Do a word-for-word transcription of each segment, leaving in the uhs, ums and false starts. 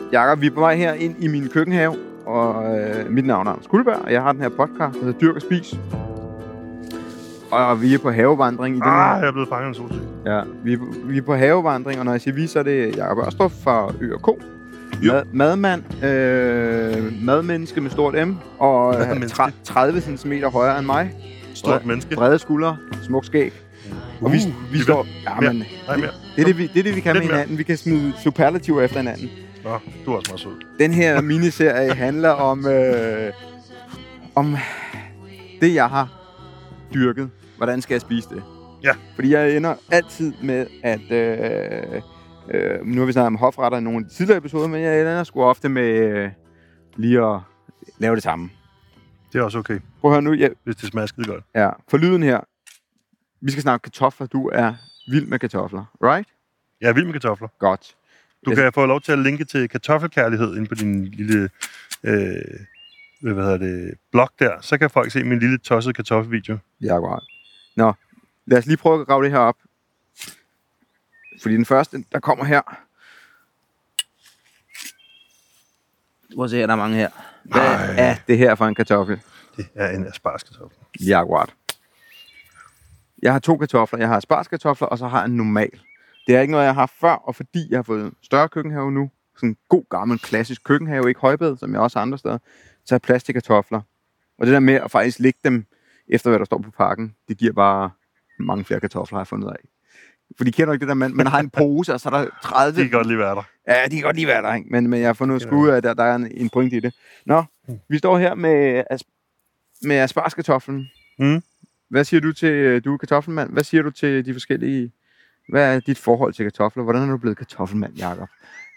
Jakob, vi er på vej her ind i min køkkenhave, og øh, mit navn er Anders Guldberg, og jeg har den her podcast, der hedder Dyrk og Spis. Og vi er på havevandring i den her... Ah, jeg er blevet fanget en solsøg. Ja, vi er, på, vi er på havevandring, og når jeg siger vi, så er det Jakob Ørstrup fra Ø og K. Mad, madmand, øh, madmenneske med stort M, og øh, tredive centimeter højere end mig. Stort menneske. Brede skuldre, smuk skæg. Uh, og vi, vi står... Ja, men, Nej, mere. Det er det, vi, det, er det, vi kan Lidt med hinanden. mere. Vi kan smide superlativer efter hinanden. Nå, du er også meget sød. Den her miniserie handler om, øh, om det, jeg har dyrket. Hvordan skal jeg spise det? Ja. Fordi jeg ender altid med, at... Øh, øh, nu har vi snakket om hofretter i nogle af de tidligere episoder, men jeg ender sgu ofte med øh, lige at lave det samme. Det er også okay, Prøv at høre nu. Jeg, hvis det smager skide godt. ja, for lyden her. Vi skal snakke kartofler. Du er vild med kartofler, right? Jeg er vild med kartofler. Godt. Du kan få lov til at linke til kartoffelkærlighed inde på din lille øh, hvad hedder det, blog der. Så kan folk se min lille tossede kartoffelvideo. Ja, godt. Nå, lad os lige prøve at grave det her op. Fordi den første, der kommer her. Prøv at se her, der er mange her. Hvad Ej. er det her for en kartoffel? Det er en aspargeskartoffel. Ja, godt. Jeg har to kartofler. Jeg har aspargeskartofler, og så har jeg en normal. Det er ikke noget, jeg har før, og fordi jeg har fået en større køkkenhave nu, sådan en god, gammel, klassisk køkkenhave, ikke højbed, som jeg også har andre steder, så har jeg plads til kartofler. Og det der med at faktisk lægge dem efter, hvad der står på pakken, det giver bare mange flere kartofler, har jeg fundet af. For de kender ikke det der, man, man har en pose, og så er der tredive... De kan godt lige være der. Ja, de kan godt lige være der, ikke? Men, men jeg har fundet skud af, at der, der er en, en pointe i det. Nå, vi står her med, as, med aspargeskartoflen. Mm. Hvad siger du til, du er kartoffelmand, hvad siger du til de forskellige... Hvad er dit forhold til kartofler? Hvordan er du blevet kartoffelmand, Jakob?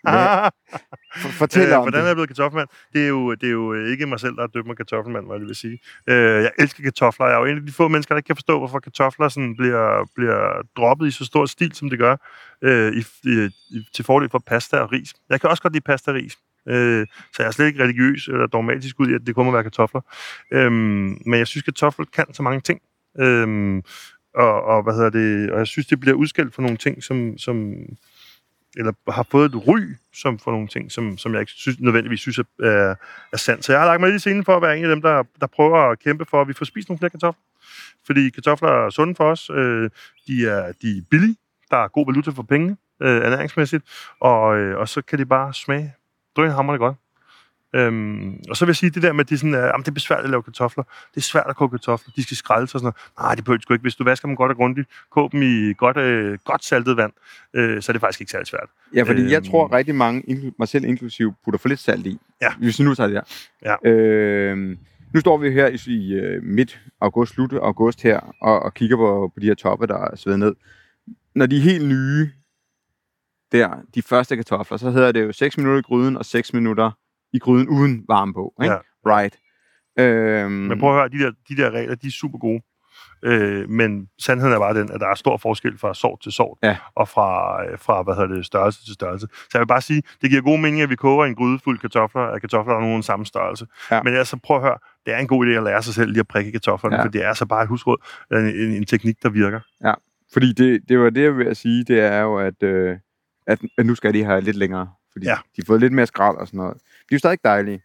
For, fortæl øh, om hvordan det. er jeg blevet kartoffelmand? Det er, jo, det er jo ikke mig selv, der er døbt mig kartoffelmand, hvad jeg vil sige. Øh, jeg elsker kartofler. Jeg er jo en af de få mennesker, der ikke kan forstå, hvorfor kartofler sådan bliver, bliver droppet i så stor stil, som det gør, øh, i, i, til fordel for pasta og ris. Jeg kan også godt lide pasta og ris. Øh, så jeg er slet ikke religiøs eller dogmatisk ud i, at det kun må være kartofler. Øh, men jeg synes, kartofler kan så mange ting. Øh, og, og, hvad hedder det, og jeg synes, det bliver udskilt for nogle ting, som... som eller har fået et ry som for nogle ting, som, som jeg ikke synes, nødvendigvis synes er, er, er sandt. Så jeg har lagt mig lige i scenen for at være en af dem, der, der prøver at kæmpe for, at vi får spist nogle flere kartofler. Fordi kartofler er sunde for os. Øh, de, er, de er billige. Der er god valuta for pengene, øh, ernæringsmæssigt. Og, øh, og så kan de bare smage drønhamrende godt. Øhm, og så vil jeg sige, det der med, at det er, sådan, øh, det er besværligt at lave kartofler. Det er svært at koge kartofler. De skal skrælles og sådan noget. Nej, det behøver de sgu ikke. Hvis du vasker dem godt og grundigt, kog dem i godt, øh, godt saltet vand, øh, så er det faktisk ikke særlig svært. Ja, fordi øhm, jeg tror, Øhm, rigtig mange, mig selv inklusiv, putter for lidt salt i. Ja. Hvis vi nu tager det der. Ja. Øhm, nu står vi her i, i uh, midt august, slut august her, og, og kigger på, på de her toppe, der er svedet ned. Når de er helt nye, der, de første kartofler, så hedder det jo seks minutter i gryden, og seks minutter i gryden uden varme på, ikke? Ja. Right. Øhm, Men prøv at høre, de der, de der regler, de er super gode. Øh, men sandheden er bare den, at der er stor forskel fra sort til sort, ja. og fra, fra hvad hedder det, størrelse til størrelse. Så jeg vil bare sige, det giver god mening, at vi koger en gryde fuld kartofler, at kartofler er nogen samme størrelse. Ja. Men altså, prøv at høre, det er en god idé at lære sig selv lige at prikke kartoflerne, ja. For det er så bare et husråd, en, en, en teknik, der virker. Ja, fordi det, det var det, jeg vil sige, det er jo, at, øh, at, at nu skal de have lidt længere, fordi ja. De har fået lidt mere skrald og sådan noget. De er jo stadig dejlige.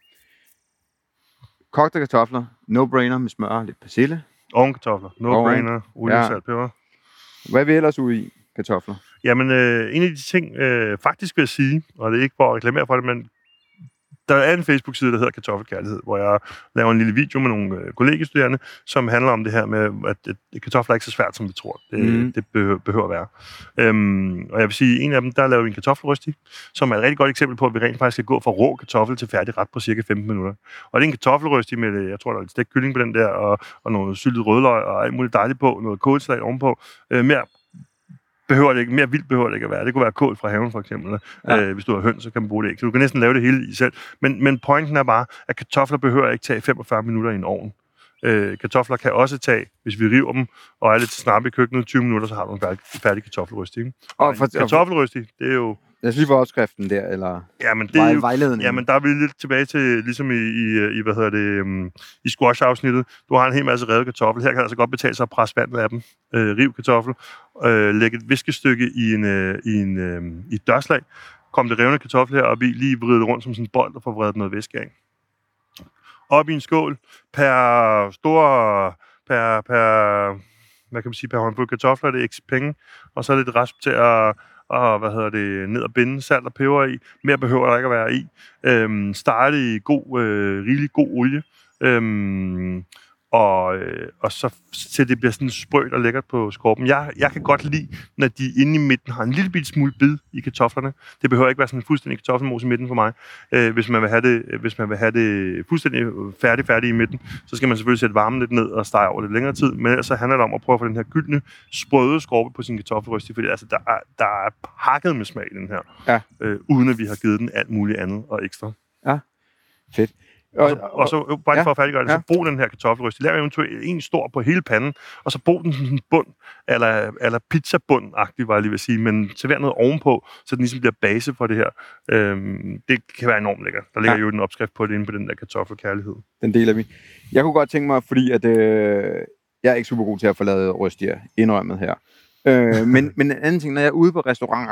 Kogte kartofler, no-brainer med smør og lidt persille. Ovenkartofler, no-brainer, olie, ja. Salt, peber. Hvad er vi ellers ude i kartofler? Jamen, øh, en af de ting, øh, faktisk vil jeg sige, og det er ikke for at reklamere for det, men der er en Facebook-side, der hedder Kartoffelkærlighed, hvor jeg laver en lille video med nogle øh, kollegestuderende, som handler om det her med, at, at kartofler er ikke så svært, som vi tror. Det, mm. det behøver, behøver at være. Øhm, og jeg vil sige, en af dem, der laver vi en kartoffelrysti, som er et rigtig godt eksempel på, at vi rent faktisk skal gå fra rå kartoffel til færdig ret på cirka femten minutter. Og det er en kartoffelrysti med, jeg tror, der er lidt stegt kylling på den der, og, og noget syltet rødløg, og alt muligt dejligt på, noget kålsalat ovenpå. Øh, mere behøver det ikke, mere vildt behøver det ikke at være. Det kunne være kål fra haven, for eksempel. Ja. Øh, hvis du har høns, så kan man bruge det ikke. Så du kan næsten lave det hele i selv. Men, men pointen er bare, at kartofler behøver ikke tage femogfyrre minutter i en ovn. Øh, kartofler kan også tage, hvis vi river dem, og er lidt snart i køkkenet, tyve minutter, så har du en færdig, færdig kartoffelrysti. Ikke? Og for, kartoffelrysti, det er jo... Lad os lige få opskriften der, eller ja, men det er jo, vejledningen. Ja, men der er vi lidt tilbage til, ligesom i, i, i hvad hedder det, um, i squash-afsnittet. Du har en hel masse revet kartoffel. Her kan det altså godt betale sig at presse vandet af dem. Øh, riv kartoffel. Øh, læg et viskestykke i, en, øh, i, en, øh, i et dørslag. kom det revne kartoffel her op i, lige vride det rundt som sådan en bold, og få vredet noget væske af. Op i en skål per store, per, per, hvad kan man sige, per håndfuld kartofler, det er ikke penge, og så er lidt rasp til at, og, hvad hedder det, ned og binde salt og peber i. Mere behøver der ikke at være i. Øhm, starte i god, øh, rigelig god olie. Øhm, og, øh, og så til det bliver sådan sprødt og lækkert på skorpen. Jeg, jeg kan godt lide, når de inde i midten har en lille bitte smule bid i kartoflerne. Det behøver ikke være sådan en fuldstændig kartoffelmos i midten for mig. Øh, hvis man vil have det, hvis man vil have det fuldstændig færdig, færdig i midten, så skal man selvfølgelig sætte varmen lidt ned og stege over lidt længere tid. Men ellers så handler det om at prøve at få den her gyldne, sprøde skorpe på sin kartoffelryst, fordi altså, der, er, der er pakket med smag i den her, ja. øh, uden at vi har givet den alt muligt andet og ekstra. Ja, fedt. Og, og, og så, bare ja, for at færdiggøre det, ja. så brug den her kartoffelryst. Lav eventuelt en stor på hele panden, og så brug den som en bund, eller, eller pizzabund-agtig, var jeg lige vil sige, men server noget ovenpå, så den ligesom bliver base for det her. Øhm, det kan være enormt lækkert. Der ligger ja. jo en opskrift på det inde på den der kartoffelkærlighed. Den deler vi. Jeg kunne godt tænke mig, fordi at, øh, jeg er ikke super god til at få lavet røstier, indrømmet her. Øh, men, men en anden ting, når jeg er ude på restauranter,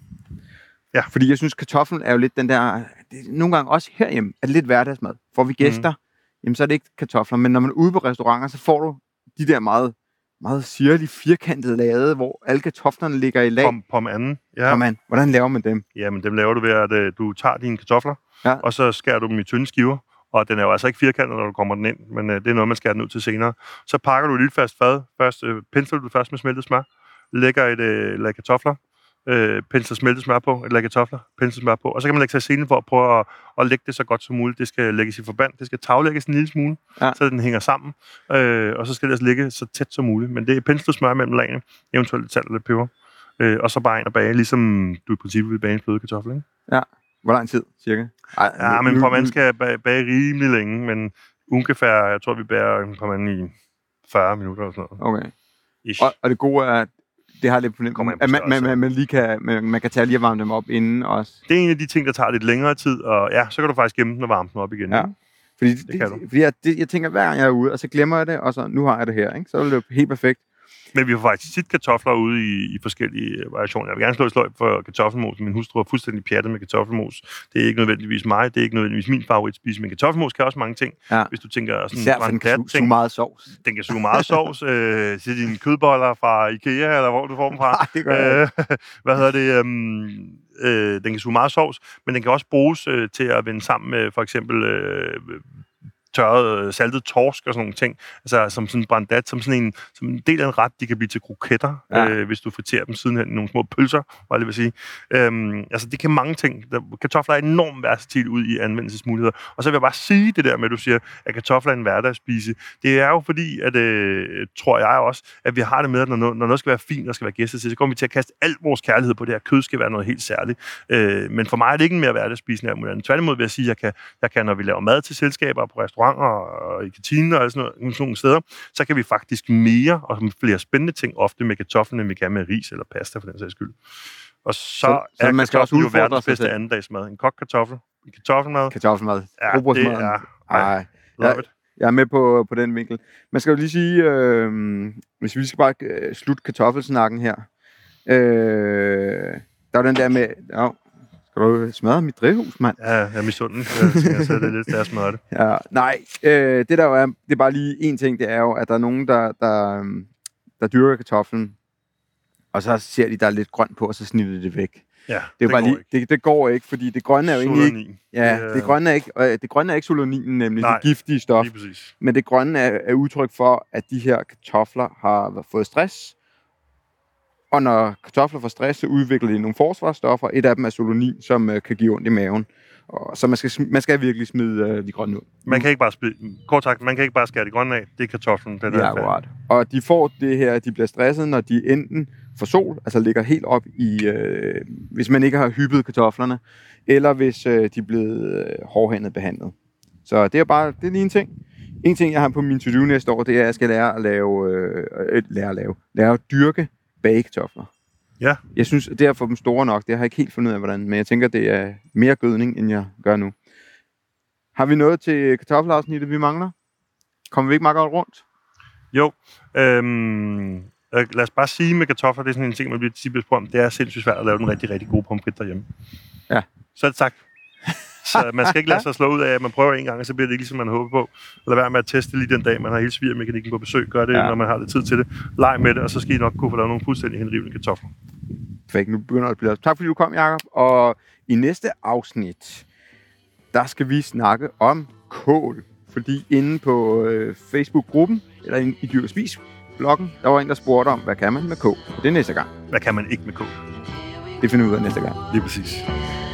ja. fordi jeg synes, kartoflen er jo lidt den der, det, nogle gange også herhjemme, er det lidt hverdagsmad. Får vi gæster, mm. jamen så er det ikke kartofler, men når man er ude på restauranter, så får du de der meget, meget sirlige, firkantede lade, hvor alle kartoflerne ligger i lag. Pom, pom anden. Ja. Pom anden. Hvordan laver man dem? Jamen, dem laver du ved, at uh, du tager dine kartofler, ja. og så skærer du dem i tynde skiver. Og den er jo altså ikke firkantet, når du kommer den ind, men uh, det er noget, man skærer den ud til senere. Så pakker du et lille fast fad. Først uh, pensler du det først med smeltet smør. Lægger et uh, lag kartofler. Øh, pensler smeltet smør på, et lag kartofler, pensler smør på, og så kan man lægge sig i scenen for at prøve at, at lægge det så godt som muligt. Det skal lægges i forband, det skal taglægges en lille smule, ja. så den hænger sammen, øh, og så skal det altså ligge så tæt som muligt. Men det er penslet smør mellem lagene, eventuelt lidt salt og lidt peber, øh, og så bare ind og bage, ligesom du i princippet vil bage en flødekartoffel, ikke? Ja. Hvor lang tid, cirka? Ej, ja, men på man skal bage, bage rimelig længe, men ungefær, jeg tror, vi bager på man i fyrre minutter eller sådan noget. Okay. Og, og det gode er, det har lidt på den, at man, man, man, man, lige kan, man, man kan tage lige og varme dem op inden også. Det er en af de ting, der tager lidt længere tid, og ja, så kan du faktisk gemme den og varme den op igen. Ja. Fordi, det, det, fordi jeg, det, jeg tænker, hver gang jeg er ude, og så glemmer jeg det, og så nu har jeg det her, ikke? Så er det jo helt perfekt. Men vi får faktisk tit kartofler ude i, i forskellige variationer. Jeg vil gerne slå et slag for kartoffelmos. Min hustru er fuldstændig pjattet med kartoffelmos. Det er ikke nødvendigvis mig. Det er ikke nødvendigvis min favoritspise. Men kartoffelmos kan også mange ting. Ja. Hvis du tænker sådan især for den kan suge meget sovs. Den kan suge meget sovs. øh, til dine kødboller fra IKEA, eller hvor du får dem fra. Nej, det gør jeg øh, Hvad hedder det? Um, øh, den kan suge meget sovs, men den kan også bruges øh, til at vende sammen med for eksempel Øh, tørret, saltet torsk og sådan nogle ting, altså som sådan en brandat, som sådan en, som en del af en ret, de kan blive til kroketter, ja. øh, hvis du friterer dem sidenhen i nogle små pølser, var det vil sige. Øhm, altså det kan mange ting. Der, kartofler er enormt versatil ud i anvendelsesmuligheder. Og så vil jeg bare sige det der med, at du siger, at kartofler er en hverdagsspise. Det er jo fordi, at øh, tror jeg også, at vi har det med, at når noget, når noget skal være fint og skal være gæster til, så kommer vi til at kaste al vores kærlighed på det her. Kød skal være noget helt særligt. Øh, men for mig er det ikke en mere hverdagsspise end alt. Tværtimod vil jeg sige, at jeg kan, jeg kan, når vi laver mad til selskaber på restauranter og i kantiner og sådan nogle, sådan nogle steder, så kan vi faktisk mere og flere spændende ting ofte med kartoflen, end vi kan med ris eller pasta for den sags skyld. Og så, så er så man kartoflen jo verdens bedste andendagsmad. En kogt kartoffel, en kartoffelmad. Kartoffelmad. Ja, det er... Ej, jeg, jeg er med på, på den vinkel. Man skal jo lige sige, øh, hvis vi skal bare øh, slutte kartoffelsnakken her, øh, der er den der med... Øh, Skal du smadre mit drivhus, mand? Ja, jeg er misundelig. Jeg tænker, så det er lidt, der smadrer det. Ja, nej, øh, det der jo er, det er bare lige en ting, det er jo, at der er nogen, der, der, der dyrker kartoflen, og så ser de, der er lidt grønt på, og så snitter de det væk. Ja, det, er det, bare går lige, det, det går ikke, fordi det grønne er jo egentlig ikke... Ja, det, det grønne er ikke, øh, det grønne er ikke solaninen, nemlig nej, det giftige stof. Men det grønne er, er udtryk for, at de her kartofler har fået stress. Og når kartofler får stress, så udvikler de nogle forsvarsstoffer. Et af dem er solonin, som øh, kan give ondt i maven. Og, så man skal, man skal virkelig smide øh, de grønne ud. Man kan ikke bare spille, kort sagt, man kan ikke bare skære de grønne af. Det er kartoflen, den ja, er akkurat. Og de får det her, de bliver stresset, når de enten får sol, altså ligger helt op i, øh, hvis man ikke har hyppet kartoflerne, eller hvis øh, de er blevet øh, hårdhændet behandlet. Så det er bare, det er lige en ting. En ting, jeg har på min to-do næste år, det er, at jeg skal lære at lave, øh, lære at lave, lære at dyrke bagekartofler. Ja. Jeg synes, det er at få dem store nok. Det har jeg ikke helt fundet ud af, hvordan. Men jeg tænker, det er mere gødning, end jeg gør nu. Har vi noget til kartoffelafsnittet, vi mangler? Kommer vi ikke meget godt rundt? Jo. Øhm, Øh, lad os bare sige med kartofler, det er sådan en ting, man bliver tit på om. Det er sindssygt svært at lave den rigtig, rigtig gode pommes frites derhjemme. Ja. Så er det sagt. Så man skal ikke lade sig slå ud af, at man prøver en gang, og så bliver det ikke, ligesom man håber på. Lad være med at teste lige den dag, man har hele svigermekanikken på besøg. Gør det, ja. når man har lidt tid til det. Leg med det, og så skal I nok kunne få lavet nogle fuldstændig henrivende kartofler. Perfekt, nu begynder det at blive. Tak fordi du kom, Jacob. Og i næste afsnit, der skal vi snakke om kål. Fordi inde på øh, Facebook-gruppen, eller inde i Dyrk og Spis-bloggen, der var en, der spurgte om, hvad kan man med kål? Det er næste gang. Hvad kan man ikke med kål? Det finder vi ud af næste gang. Lige præcis.